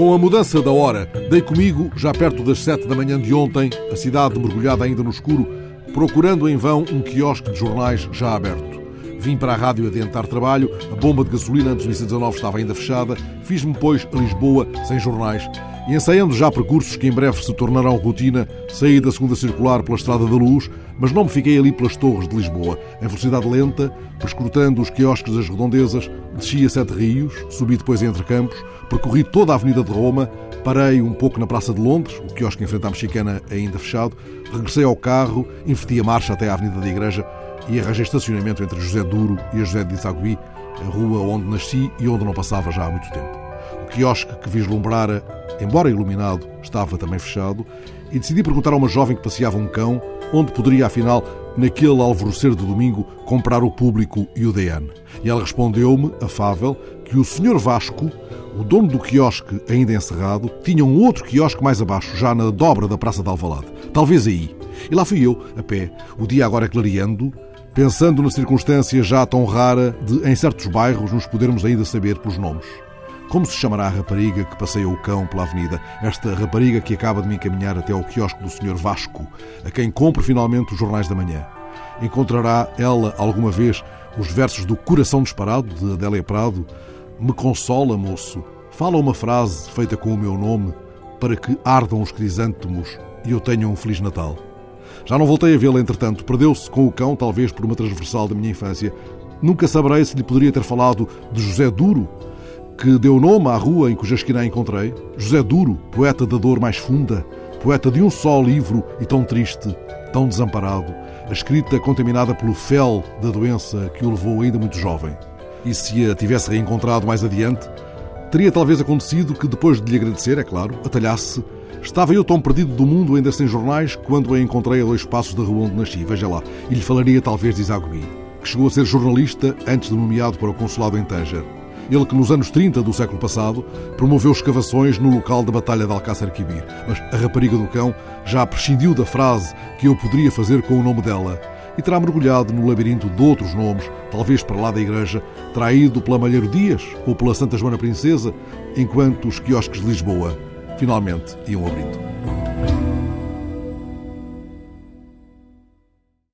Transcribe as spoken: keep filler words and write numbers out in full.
Com a mudança da hora, dei comigo, já perto das sete da manhã de ontem, a cidade mergulhada ainda no escuro, procurando em vão um quiosque de jornais já aberto. Vim para a rádio adiantar trabalho, a bomba de gasolina antes do início dezanove estava ainda fechada, fiz-me, pois, a Lisboa, sem jornais, e ensaiando já percursos que em breve se tornarão rotina, saí da segunda circular pela Estrada da Luz, mas não me fiquei ali pelas torres de Lisboa. Em velocidade lenta, escrutando os quiosques das redondezas, desci a Sete Rios, subi depois entre campos, percorri toda a Avenida de Roma, parei um pouco na Praça de Londres, o quiosque em frente à Mexicana ainda fechado, regressei ao carro, investi a marcha até à Avenida da Igreja e arranjei estacionamento entre José Duro e a José de Itagüí, a rua onde nasci e onde não passava já há muito tempo. O quiosque que vislumbrara, embora iluminado, estava também fechado e decidi perguntar a uma jovem que passeava um cão onde poderia, afinal, naquele alvorecer de domingo, comprar o Público e o D N. E ela respondeu-me, afável, que o senhor Vasco, o dono do quiosque ainda encerrado, tinha um outro quiosque mais abaixo, já na dobra da Praça de Alvalade. Talvez aí. E lá fui eu, a pé, o dia agora clareando, pensando na circunstância já tão rara de, em certos bairros, nos podermos ainda saber pelos nomes. Como se chamará a rapariga que passeia o cão pela avenida? Esta rapariga que acaba de me encaminhar até ao quiosque do senhor Vasco, a quem compro finalmente os jornais da manhã. Encontrará ela alguma vez os versos do Coração Disparado, de Adélia Prado? Me consola, moço. Fala uma frase feita com o meu nome para que ardam os crisântemos e eu tenha um Feliz Natal. Já não voltei a vê-la, entretanto. Perdeu-se com o cão, talvez por uma transversal da minha infância. Nunca saberei se lhe poderia ter falado de José Duro, que deu nome à rua em cuja esquina a encontrei. José Duro, poeta da dor mais funda, poeta de um só livro e tão triste, tão desamparado, a escrita contaminada pelo fel da doença que o levou ainda muito jovem. E se a tivesse reencontrado mais adiante, teria talvez acontecido que, depois de lhe agradecer, é claro, atalhasse: estava eu tão perdido do mundo, ainda sem jornais, quando a encontrei a dois passos da rua onde nasci, veja lá, e lhe falaria talvez de Itagüí, que chegou a ser jornalista antes de nomeado para o consulado em Tanger. Ele que nos anos trinta do século passado promoveu escavações no local da Batalha de Alcácer Quibir. Mas a rapariga do cão já prescindiu da frase que eu poderia fazer com o nome dela e terá mergulhado no labirinto de outros nomes, talvez para lá da igreja, terá ido pela Malheiro Dias ou pela Santa Joana Princesa, enquanto os quiosques de Lisboa finalmente iam abrindo.